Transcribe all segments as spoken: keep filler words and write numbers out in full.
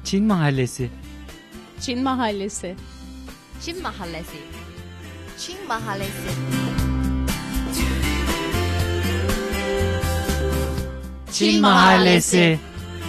Çin Mahallesi. Çin Mahallesi. Çin Mahallesi. Çin Mahallesi. Çin Mahallesi.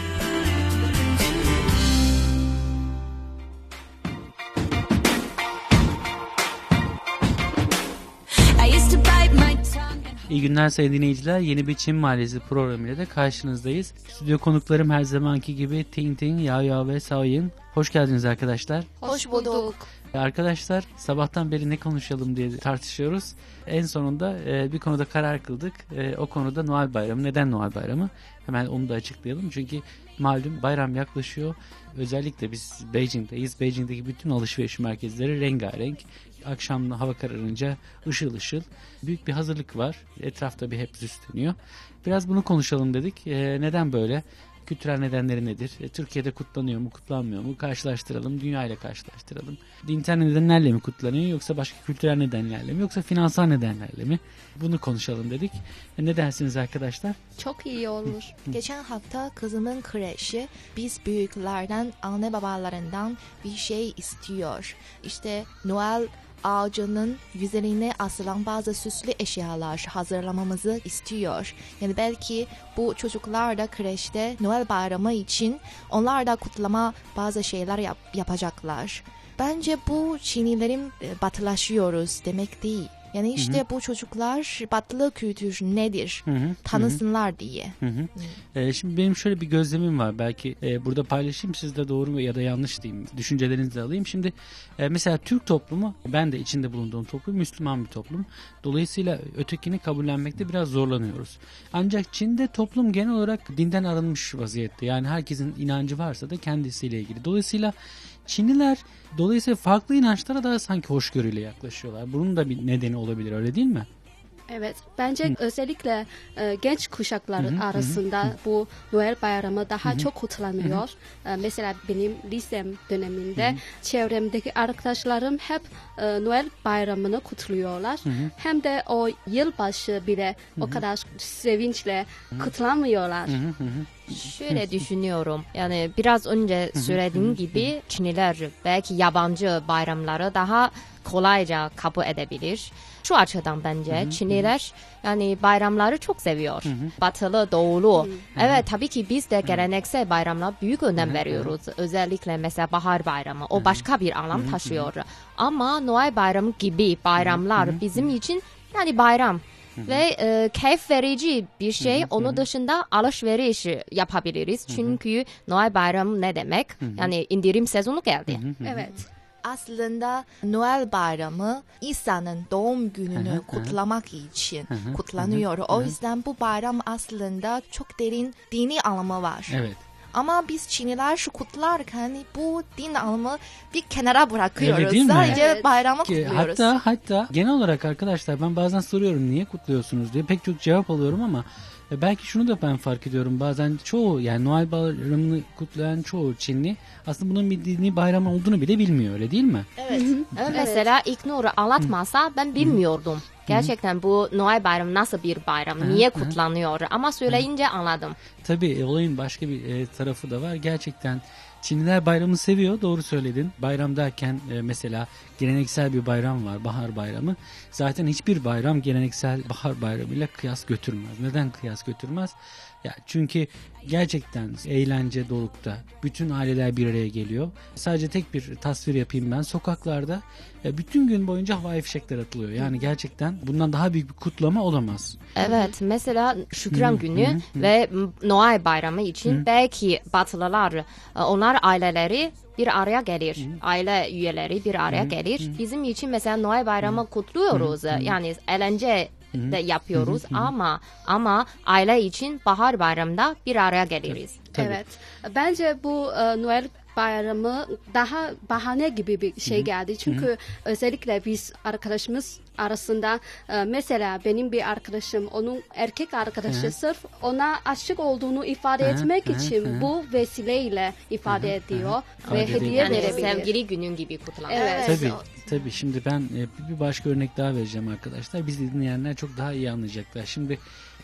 İyi günler sayın dinleyiciler. Yeni bir Çin Mahallesi programıyla da karşınızdayız. Stüdyo konuklarım her zamanki gibi Ting Ting, Yao Yao ve Sao Yin. Hoş geldiniz arkadaşlar. Hoş bulduk. Arkadaşlar sabahtan beri ne konuşalım diye tartışıyoruz. En sonunda e, bir konuda karar kıldık. E, o konuda Noel Bayramı. Neden Noel Bayramı? Hemen onu da açıklayalım. Çünkü malum bayram yaklaşıyor. Özellikle biz Beijing'deyiz. Beijing'deki bütün alışveriş merkezleri rengarenk. Akşam hava kararınca ışıl ışıl. Büyük bir hazırlık var. Etrafta bir hep süsleniyor. Biraz bunu konuşalım dedik. E, neden böyle? Kültürel nedenleri nedir? E, Türkiye'de kutlanıyor mu, kutlanmıyor mu? Karşılaştıralım, dünya ile karşılaştıralım. Dinsel nedenlerle mi kutlanıyor yoksa başka kültürel nedenlerle mi yoksa finansal nedenlerle mi? Bunu konuşalım dedik. E, ne dersiniz arkadaşlar? Çok iyi olur. Geçen hafta kızımın kreşi biz büyüklerden, anne babalarından bir şey istiyor. İşte Noel ağacının üzerine asılan bazı süslü eşyalar hazırlamamızı istiyor. Yani belki bu çocuklar da kreşte Noel Bayramı için onlar da kutlama bazı şeyler yap- yapacaklar. Bence bu Çinlilerin e, batılaşıyoruz demek değil. Yani işte hı hı. bu çocuklar batılı kültür nedir hı hı. tanısınlar hı hı. diye. Hı hı. Ee, şimdi benim şöyle bir gözlemim var. Belki e, burada paylaşayım, siz de doğru mu ya da yanlış diyeyim. Düşüncelerinizi de alayım. Şimdi e, mesela Türk toplumu, ben de içinde bulunduğum toplum Müslüman bir toplum. Dolayısıyla ötekini kabullenmekte biraz zorlanıyoruz. Ancak Çin'de toplum genel olarak dinden arınmış vaziyette. Yani herkesin inancı varsa da kendisiyle ilgili. Dolayısıyla Çinliler dolayısıyla farklı inançlara daha sanki hoşgörüyle yaklaşıyorlar. Bunun da bir nedeni olabilir, öyle değil mi? Evet, bence hı. özellikle e, genç kuşaklar hı hı, arasında hı. bu Noel Bayramı daha hı hı. çok kutlanıyor. Hı hı. E, mesela benim lisem döneminde hı hı. çevremdeki arkadaşlarım hep e, Noel Bayramını kutluyorlar. Hı hı. Hem de o yılbaşı bile hı hı. o kadar sevinçle hı hı. kutlanmıyorlar. Hı hı hı. Şöyle düşünüyorum, yani biraz önce söylediğim gibi Çinliler belki yabancı bayramları daha kolayca kabul edebilir. Şu açıdan bence hı hı. Çinliler yani bayramları çok seviyor. Hı hı. Batılı, doğulu. Hı hı. Evet, tabii ki biz de geleneksel bayramlara büyük önem hı hı. veriyoruz. Özellikle mesela bahar bayramı. O başka bir anlam hı hı. taşıyor. Ama Noel Bayramı gibi bayramlar hı hı. bizim için yani bayram. Hı-hı. Ve e, keyif verici bir şey. Hı-hı. Onun dışında alışveriş yapabiliriz. Hı-hı. Çünkü Noel Bayramı ne demek? Hı-hı. Yani indirim sezonu geldi. Hı-hı. Evet. Aslında Noel Bayramı İsa'nın doğum gününü Hı-hı. kutlamak için Hı-hı. kutlanıyor. Hı-hı. O yüzden bu bayram aslında çok derin dini anlamı var. Evet. Ama biz Çinliler şu kutlarken bu din anlamı bir kenara bırakıyoruz. Evet, sadece evet. bayramı Ki, kutluyoruz. hatta hatta genel olarak arkadaşlar ben bazen soruyorum niye kutluyorsunuz diye, pek çok cevap alıyorum ama e, belki şunu da ben fark ediyorum. Bazen çoğu, yani Noel Bayramı'nı kutlayan çoğu Çinli aslında bunun bir dini bayram olduğunu bile bilmiyor, öyle değil mi? Evet. evet. Mesela İlknur'u anlatmasa ben bilmiyordum. Gerçekten bu Noel Bayramı nasıl bir bayram, niye kutlanıyor ama söyleyince anladım. Tabii olayın başka bir e, tarafı da var. Gerçekten Çinliler bayramı seviyor, doğru söyledin. Bayram derken e, mesela geleneksel bir bayram var, bahar bayramı. Zaten hiçbir bayram geleneksel bahar bayramıyla kıyas götürmez. Neden kıyas götürmez? Ya çünkü gerçekten eğlence dorukta. Bütün aileler bir araya geliyor. Sadece tek bir tasvir yapayım ben. Sokaklarda bütün gün boyunca havai fişekler atılıyor. Yani gerçekten bundan daha büyük bir kutlama olamaz. Evet, mesela Şükran Günü ve Noel Bayramı için belki Batılılar, onlar aileleri bir araya gelir. Hı. Aile üyeleri bir araya hı. gelir. Hı. Bizim için mesela Noel Bayramı hı. kutluyoruz. Hı. Yani eğlence hı. de yapıyoruz hı. Hı. ama ama aile için bahar bayramında bir araya geliriz. Tabii. Evet. Bence bu e, Noel Bayramı daha bahane gibi bir şey geldi. Çünkü hı hı. özellikle biz arkadaşımız arasında e, mesela benim bir arkadaşım, onun erkek arkadaşı hı. sırf ona aşık olduğunu ifade hı. etmek hı. için hı. bu vesileyle ifade hı. ediyor hı. ve hediye yani verebilir. Sevgili günün gibi kutlanıyor. Evet. Tabii. Tabii şimdi ben bir başka örnek daha vereceğim arkadaşlar. Bizi dinleyenler çok daha iyi anlayacaklar. Şimdi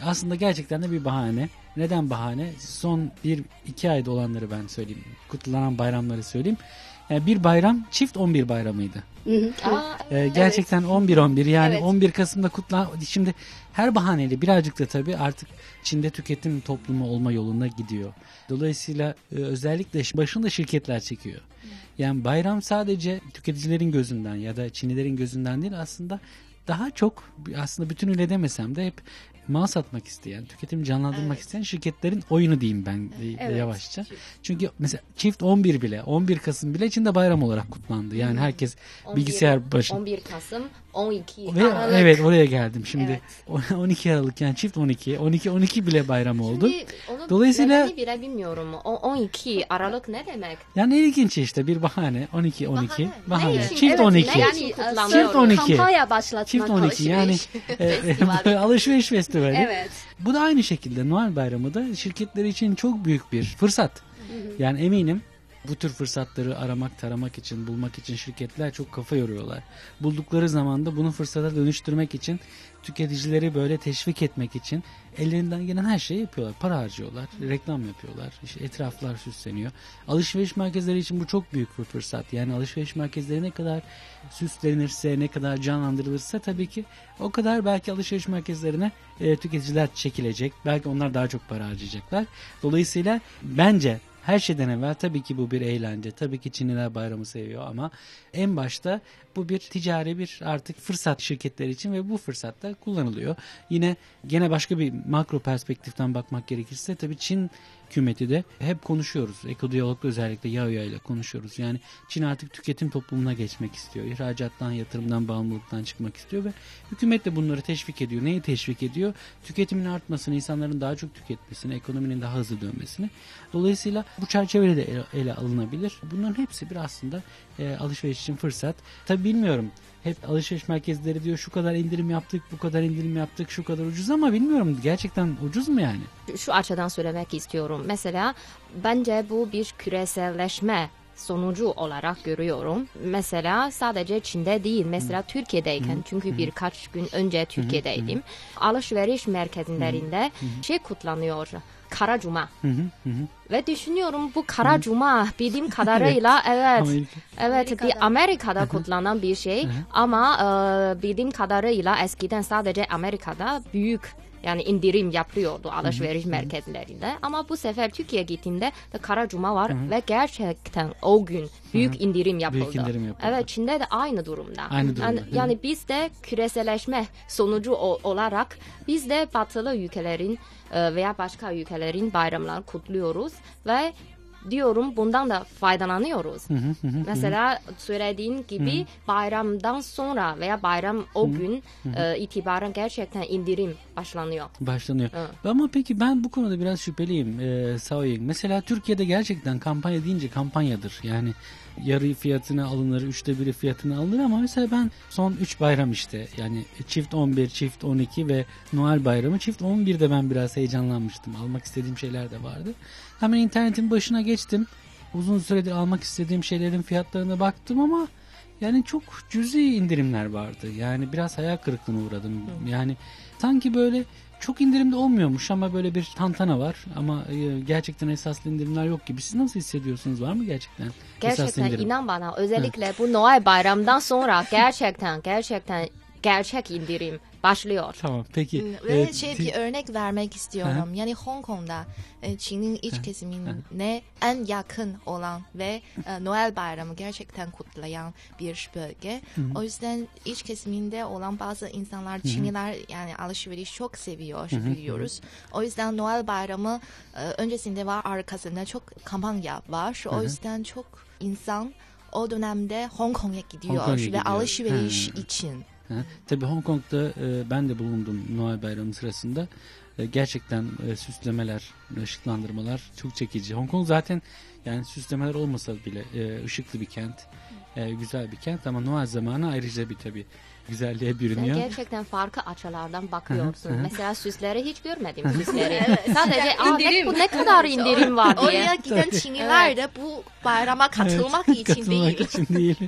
aslında gerçekten de bir bahane. Neden bahane? Son bir iki ayda olanları ben söyleyeyim. Kutlanan bayramları söyleyeyim. Yani bir bayram çift on bir bayramıydı. Aa, Ee, gerçekten evet. on bir on bir yani Evet. on bir Kasım'da kutlan. Şimdi her bahaneyle birazcık da tabii artık Çin'de tüketim toplumu olma yoluna gidiyor. Dolayısıyla e, özellikle başında şirketler çekiyor. Yani bayram sadece tüketicilerin gözünden ya da Çinlilerin gözünden değil, aslında daha çok, aslında bütünüyle demesem de hep mal satmak isteyen, tüketimi canlandırmak Evet. isteyen şirketlerin oyunu diyeyim ben e, Evet. yavaşça. Çünkü mesela çift on bir bile, on bir Kasım bile Çin'de bayram olarak kutlandı. Yani herkes on bir bilgisayar başında. on bir Kasım, on iki Ve Aralık. evet, oraya geldim şimdi. Evet. on iki Aralık, yani çift on iki, on iki on iki bile bayram oldu. Şimdi onu Dolayısıyla- nedeni bile bilmiyorum. O- on iki Aralık ne demek? Yani ilginç işte bir bahane, on iki on iki Bahane. bahane. Ne için? Çift Evet, on ne iki. için Yani kutlanıyor? Çift on iki. kampanya başlatmak. Çift on iki yani e, Festivali. alışveriş festivali. Evet. Bu da aynı şekilde Noel Bayramı da şirketler için çok büyük bir fırsat. Yani eminim bu tür fırsatları aramak, taramak için, bulmak için şirketler çok kafa yoruyorlar. Buldukları zaman da bunu fırsata dönüştürmek için, tüketicileri böyle teşvik etmek için ellerinden gelen her şeyi yapıyorlar. Para harcıyorlar, reklam yapıyorlar, işte etraflar süsleniyor. Alışveriş merkezleri için bu çok büyük bir fırsat. Yani alışveriş merkezleri ne kadar süslenirse, ne kadar canlandırılırsa tabii ki o kadar belki alışveriş merkezlerine e, tüketiciler çekilecek. Belki onlar daha çok para harcayacaklar. Dolayısıyla bence her şeyden evvel tabii ki bu bir eğlence. Tabii ki Çinliler bayramı seviyor ama en başta bu bir ticari bir artık fırsat şirketler için ve bu fırsat da kullanılıyor. Yine gene başka bir makro perspektiften bakmak gerekirse tabii Çin hükümeti de hep konuşuyoruz. Ekodiyalog'da özellikle Yaoya ile konuşuyoruz. Yani Çin artık tüketim toplumuna geçmek istiyor. İhracattan, yatırımdan, bağımlılıktan çıkmak istiyor ve hükümet de bunları teşvik ediyor. Neyi teşvik ediyor? Tüketimin artmasını, insanların daha çok tüketmesini, ekonominin daha hızlı dönmesini. Dolayısıyla bu çerçevede de ele, ele alınabilir. Bunların hepsi bir aslında e, alışveriş için fırsat. Tabii bilmiyorum. Hep alışveriş merkezleri diyor şu kadar indirim yaptık, bu kadar indirim yaptık, şu kadar ucuz, ama bilmiyorum gerçekten ucuz mu yani? Şu açıdan söylemek istiyorum. Mesela bence bu bir küreselleşme sonucu olarak görüyorum. Mesela sadece Çin'de değil, mesela Türkiye'deyken, çünkü birkaç gün önce Türkiye'deydim. Alışveriş merkezlerinde şey kutlanıyor. Kara Cuma. Hı hı, hı hı. Ve düşünüyorum bu Kara Cuma bildiğim kadarıyla evet Amerika. evet bir Amerika'da. Amerika'da kutlanan bir şey ama e, bildiğim kadarıyla eskiden sadece Amerika'da büyük yani indirim yapılıyordu alışveriş merkezlerinde. Ama bu sefer Türkiye'ye gittiğimde de Kara Cuma var ve gerçekten o gün büyük indirim yapıldı. Büyük indirim yapıldı. Evet, Çin'de de aynı durumda. Aynı durumda, Yani, değil mi? yani biz de küreselleşme sonucu o- olarak biz de batılı ülkelerin e, veya başka ülkelerin bayramlarını kutluyoruz ve diyorum bundan da faydalanıyoruz. Hı hı, hı hı. Mesela söylediğin gibi bayramdan sonra veya bayram o gün e, itibaren gerçekten indirim başlanıyor. Başlanıyor. Evet. Ama peki ben bu konuda biraz şüpheliyim. Ee, Sao Ying. Mesela Türkiye'de gerçekten kampanya deyince kampanyadır. Yani yarı fiyatına alınır, üçte biri fiyatına alınır ama mesela ben son üç bayram işte yani çift on bir, çift on iki ve Noel bayramı çift on birde ben biraz heyecanlanmıştım. Almak istediğim şeyler de vardı. Hemen internetin başına geçtim. Uzun süredir almak istediğim şeylerin fiyatlarına baktım ama yani çok cüzi indirimler vardı. Yani biraz hayal kırıklığına uğradım. Yani sanki böyle çok indirimde olmuyormuş ama böyle bir tantana var ama e, gerçekten esaslı indirimler yok gibi. Siz nasıl hissediyorsunuz? Var mı gerçekten esaslı Gerçekten indirim? inan bana özellikle bu Noel bayramdan sonra gerçekten gerçekten gerçek indirim başlıyor. Tamam peki. Ve e, şey siz- bir örnek vermek istiyorum. Yani Hong Kong'da e, Çin'in iç kesimine en yakın olan ve e, Noel Bayramı gerçekten kutlayan bir bölge. O yüzden iç kesiminde olan bazı insanlar, Çinliler yani alışveriş çok seviyor biliyoruz. O yüzden Noel Bayramı e, öncesinde var, arkasında çok kampanya var. O yüzden çok insan o dönemde Hong Kong'a gidiyor Hong Kong'a ve gidiyor. alışveriş Ha. için. Ha, tabii Hong Kong'da e, ben de bulundum Noel Bayramı sırasında. E, gerçekten e, süslemeler, ışıklandırmalar çok çekici. Hong Kong zaten yani süslemeler olmasa bile e, ışıklı bir kent, e, güzel bir kent ama Noel zamanı ayrıca bir tabii güzelliğe Sen bürünüyor. gerçekten farklı açılardan bakıyorsun. Hı hı. Mesela süsleri hiç görmedim süsleri. Sadece aa, ne, İndirim. bu ne kadar indirim var diye. Oraya giden Çinliler de bu bayrama katılmak için Katılmak değil. için değil.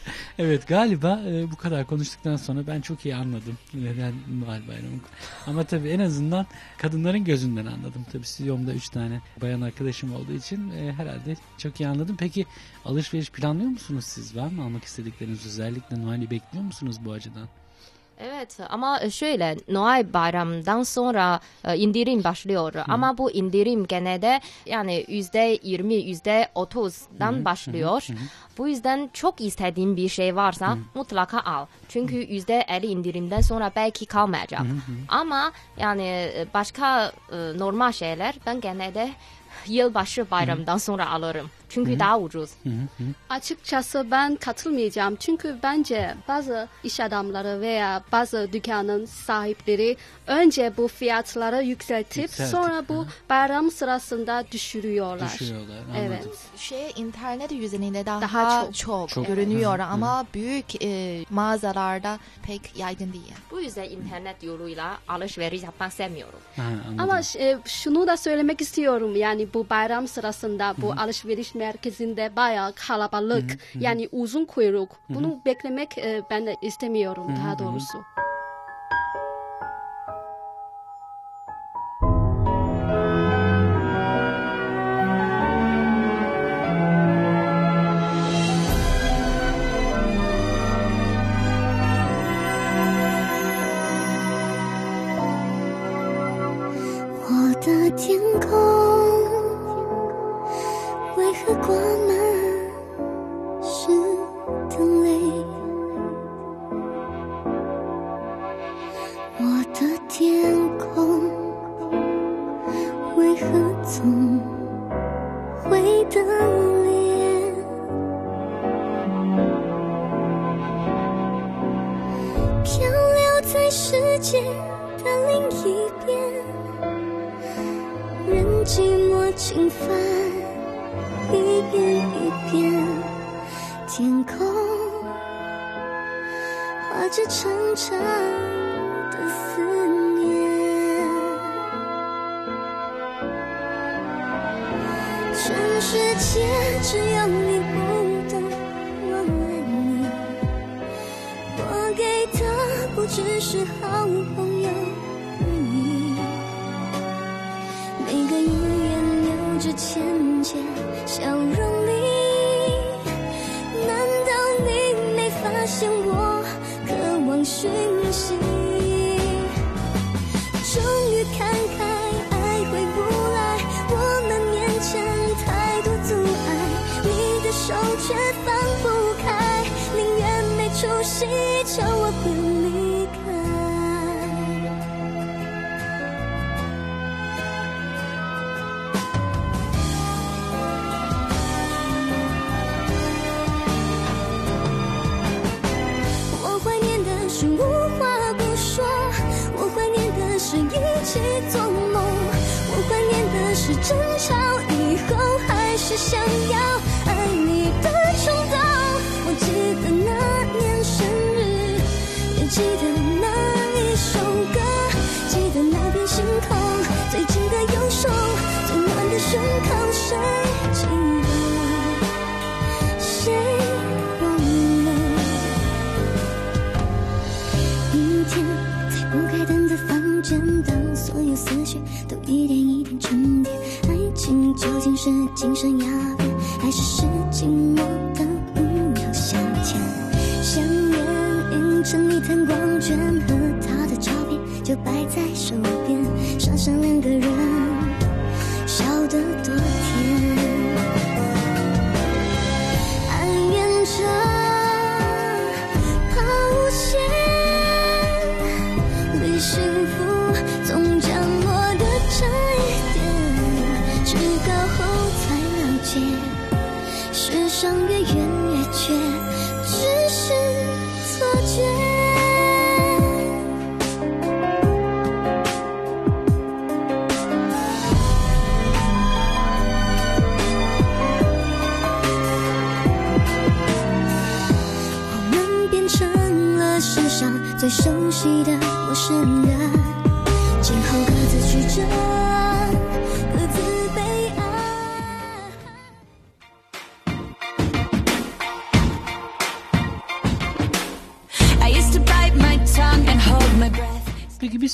Evet, galiba e, bu kadar konuştuktan sonra ben çok iyi anladım neden Noel Bayramı. Ama tabii en azından kadınların gözünden anladım. Tabii stüdyomda üç tane bayan arkadaşım olduğu için e, herhalde çok iyi anladım. Peki alışveriş planlıyor musunuz siz? Var mı almak istedikleriniz? Özellikle Noel'i bekliyor musunuz bu açıdan? Evet, ama şöyle Noel Bayramı'ndan sonra indirim başlıyor. Hı. Ama bu indirim genelde yani yüzde yirmi, yüzde otuzdan başlıyor. Hı hı. Bu yüzden çok istediğin bir şey varsa hı. mutlaka al. Çünkü yüzde elli indirimden sonra belki kalmayacak. Hı hı. Ama yani başka normal şeyler ben genelde yılbaşı bayramından hı. sonra alırım. Çünkü hı. daha ucuz. Hı hı. Açıkçası ben katılmayacağım. Çünkü bence bazı iş adamları veya bazı dükkanın sahipleri önce bu fiyatları yükseltip Yükseltip, sonra bu ha. bayram sırasında düşürüyorlar. Düşürüyorlar. Evet. Şey internet üzerinde daha, daha çok, çok, çok görünüyor hı. ama hı. büyük e, mağazalarda pek yaygın değil. Bu yüzden internet yoluyla alışveriş yapmak sevmiyorum. Ha, ama e, şunu da söylemek istiyorum. Yani bu bayram sırasında bu hı. alışveriş merkezinde bayağı kalabalık, hı hı. yani uzun kuyruk. Hı hı. Bunu beklemek e, ben de istemiyorum, hı hı. daha doğrusu.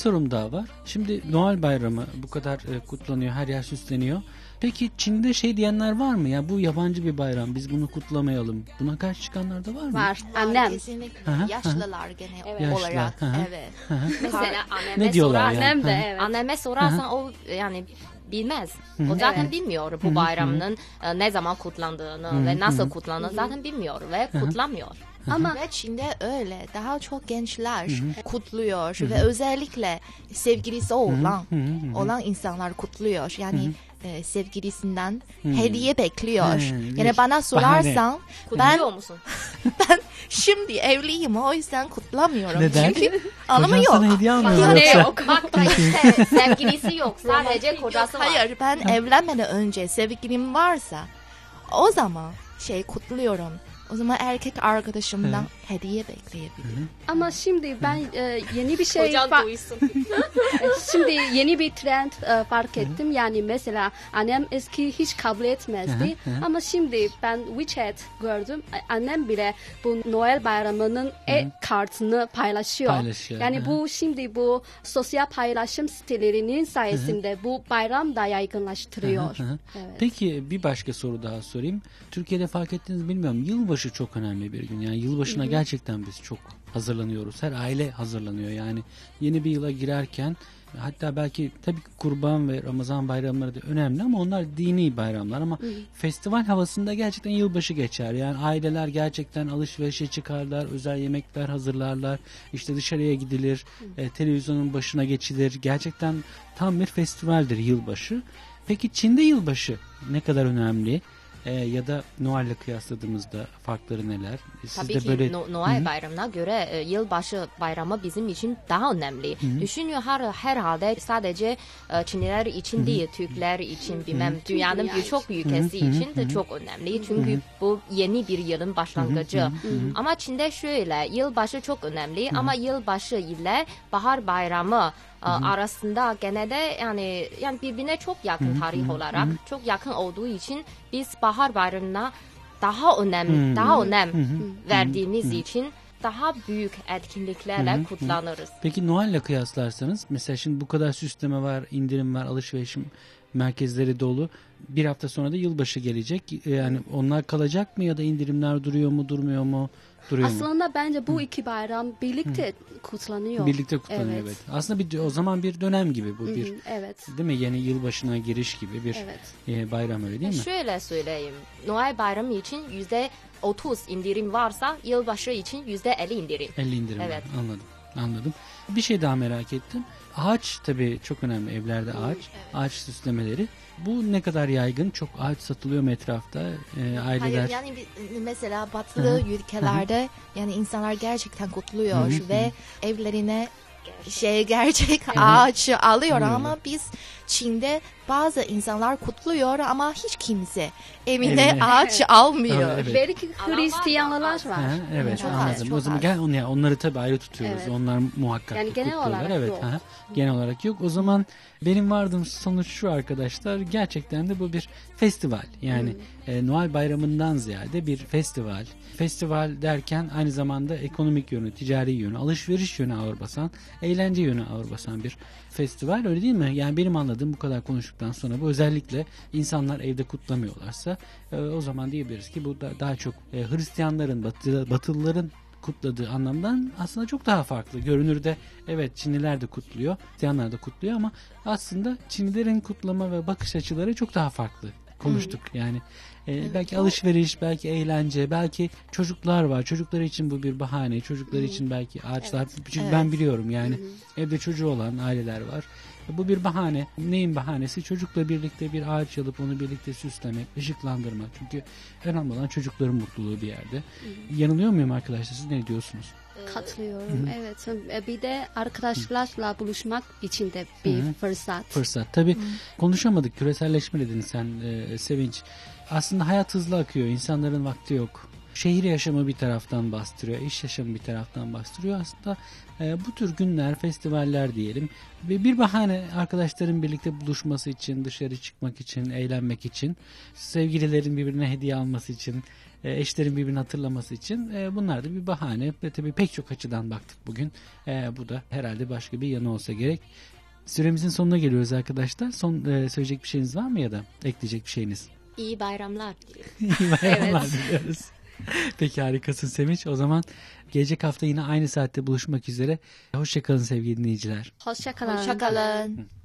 sorum daha var. Şimdi Noel Bayramı bu kadar e, kutlanıyor, her yer süsleniyor. Peki Çin'de şey diyenler var mı? Ya bu yabancı bir bayram, biz bunu kutlamayalım. Buna karşı çıkanlar da var mı? Var. Var, Annem. kesinlikle. Hı hı, Yaşlılar genel Evet. olarak. Yaşlılar, hı hı. Evet. Mesela anneme Ne diyorlar sorarsan, yani? Annem de Hı hı. evet. anneme sorarsan o yani bilmez. O zaten Evet. bilmiyor bu bayramın e, ne zaman kutlandığını ve nasıl kutlandığını zaten bilmiyor ve kutlamıyor. Ama Ve Çin'de öyle daha çok gençler kutluyor ve özellikle sevgilisi olan olan insanlar kutluyor. Yani e, sevgilisinden hediye bekliyor. Hı, Yani bir bana sorarsan ben Kutluyor musun? ben şimdi evliyim, o yüzden kutlamıyorum. Neden? Çünkü anlamı Kocan yok. sana hediye almıyor Yani yoksa? yok. Bak da işte sevgilisi yok. Sadece kocası var. Hayır, ben evlenmeden önce sevgilim varsa o zaman şey kutluyorum. O zaman erkek arkadaşımdan hediye bekleyebilirim. ama şimdi ben e, yeni bir şey Kocan fa- duysun. şimdi yeni bir trend e, fark ettim. Yani mesela annem eski hiç kabul etmezdi. Ama şimdi ben WeChat gördüm. A- Annem bile bu Noel Bayramı'nın e-kartını paylaşıyor. Paylaşıyor, Yani hı. bu şimdi bu sosyal paylaşım sitelerinin sayesinde bu bayram da yaygınlaştırıyor. Hı hı. Evet. Peki bir başka soru daha sorayım. Türkiye'de fark ettiniz mi bilmiyorum. Yılbaşı çok önemli bir gün. Yani yılbaşına gerçekten biz çok hazırlanıyoruz. Her aile hazırlanıyor. Yani yeni bir yıla girerken, hatta belki tabii ki Kurban ve Ramazan bayramları da önemli ama onlar dini bayramlar, ama festival havasında gerçekten yılbaşı geçer. Yani aileler gerçekten alışverişe çıkarlar, özel yemekler hazırlarlar, işte dışarıya gidilir, e, televizyonun başına geçilir. Gerçekten tam bir festivaldir yılbaşı. Peki Çin'de yılbaşı ne kadar önemli? E, ya da Noel'le kıyasladığımızda farkları neler? Siz Tabii de ki böyle... No- Noel bayramına göre e, yılbaşı bayramı bizim için daha önemli. Düşünüyor her herhalde sadece e, Çinliler için değil, Türkler için, bilmem dünyanın dünya birçok ülkesi için de çok önemli. Çünkü bu yeni bir yılın başlangıcı. Ama Çin'de şöyle, yılbaşı çok önemli ama yılbaşı ile bahar bayramı e, arasında genelde yani yani birbirine çok yakın tarih olarak, çok yakın olduğu için biz bahar bayramına daha önemli, daha önem verdiğimiz için daha büyük etkinliklerle kutlanırız. Peki Noel'le kıyaslarsanız, mesela şimdi bu kadar süsleme var, indirim var, alışveriş merkezleri dolu. Bir hafta sonra da yılbaşı gelecek. Yani onlar kalacak mı ya da indirimler duruyor mu, durmuyor mu? Duruyor mu? Aslında bence bu iki bayram birlikte kutlanıyor. Birlikte kutlanıyor, evet. Aslında bir o zaman bir dönem gibi bu, bir Hı hı, evet. değil mi? Yeni yılbaşına giriş gibi bir Evet. e, bayram, öyle değil mi? Şöyle söyleyeyim. Noel bayramı için yüzde otuz indirim varsa yılbaşı için yüzde elli indirim. elli indirim Evet. var. Anladım. Anladım. Bir şey daha merak ettim. Ağaç tabii çok önemli. Evlerde ağaç, ağaç süslemeleri. Bu ne kadar yaygın? Çok ağaç satılıyor mu etrafta? Ee, aileler. Hayır, yani bir- mesela batılı ülkelerde yani insanlar gerçekten kutluyor ve evlerine şey gerçek ağaç alıyor ama biz Çin'de bazı insanlar kutluyor ama hiç kimse evine Evine. ağaç almıyor. Evet. Belki Ama Hristiyanlar var. Ha, evet, Çok az, anladım. çok O zaman az. gel, onu, onları tabii ayrı tutuyoruz. Evet. Onlar muhakkak Yani ki genel kutluyorlar. olarak Evet, yok. ha. Genel olarak yok. O zaman benim vardığım sonuç şu arkadaşlar. Gerçekten de bu bir festival. Yani e, Noel Bayramı'ndan ziyade bir festival. Festival derken aynı zamanda ekonomik yönü, ticari yönü, alışveriş yönü ağır basan, eğlence yönü ağır basan bir festival, öyle değil mi? Yani benim anladığım, bu kadar konuştuktan sonra, bu özellikle insanlar evde kutlamıyorlarsa e, o zaman diyebiliriz ki bu da daha çok e, Hristiyanların, Batı, Batılıların kutladığı anlamdan aslında çok daha farklı. Görünürde evet Çinliler de kutluyor, Hristiyanlar da kutluyor ama aslında Çinlilerin kutlama ve bakış açıları çok daha farklı. Konuştuk yani. Ee, belki alışveriş, belki eğlence, belki çocuklar var. Çocuklar için bu bir bahane. Çocuklar için belki ağaçlar. Çünkü Evet. ben biliyorum yani evde çocuğu olan aileler var. Bu bir bahane. Neyin bahanesi? Çocukla birlikte bir ağaç alıp onu birlikte süslemek, ışıklandırmak. Çünkü önemli olan çocukların mutluluğu bir yerde. Yanılıyor muyum arkadaşlar? Siz ne diyorsunuz? Katılıyorum. Evet. E, Bir de arkadaşlarla buluşmak için de bir fırsat. Fırsat. Tabii konuşamadık. Küreselleşme dedin sen, e, Sevinç. Aslında hayat hızlı akıyor. İnsanların vakti yok. Şehir yaşamı bir taraftan bastırıyor, iş yaşamı bir taraftan bastırıyor. Aslında e, bu tür günler, festivaller diyelim ve bir bahane arkadaşların birlikte buluşması için, dışarı çıkmak için, eğlenmek için, sevgililerin birbirine hediye alması için, e, eşlerin birbirini hatırlaması için e, bunlar da bir bahane. Ve tabii pek çok açıdan baktık bugün. E, bu da herhalde başka bir yanı olsa gerek. Süremizin sonuna geliyoruz arkadaşlar. Son e, söyleyecek bir şeyiniz var mı ya da ekleyecek bir şeyiniz? İyi bayramlar diyor. İyi bayramlar diliyoruz. Peki harikasın Sevinç. O zaman gelecek hafta yine aynı saatte buluşmak üzere. Hoşçakalın sevgili dinleyiciler. Hoşça kalın. Hoşça kalın.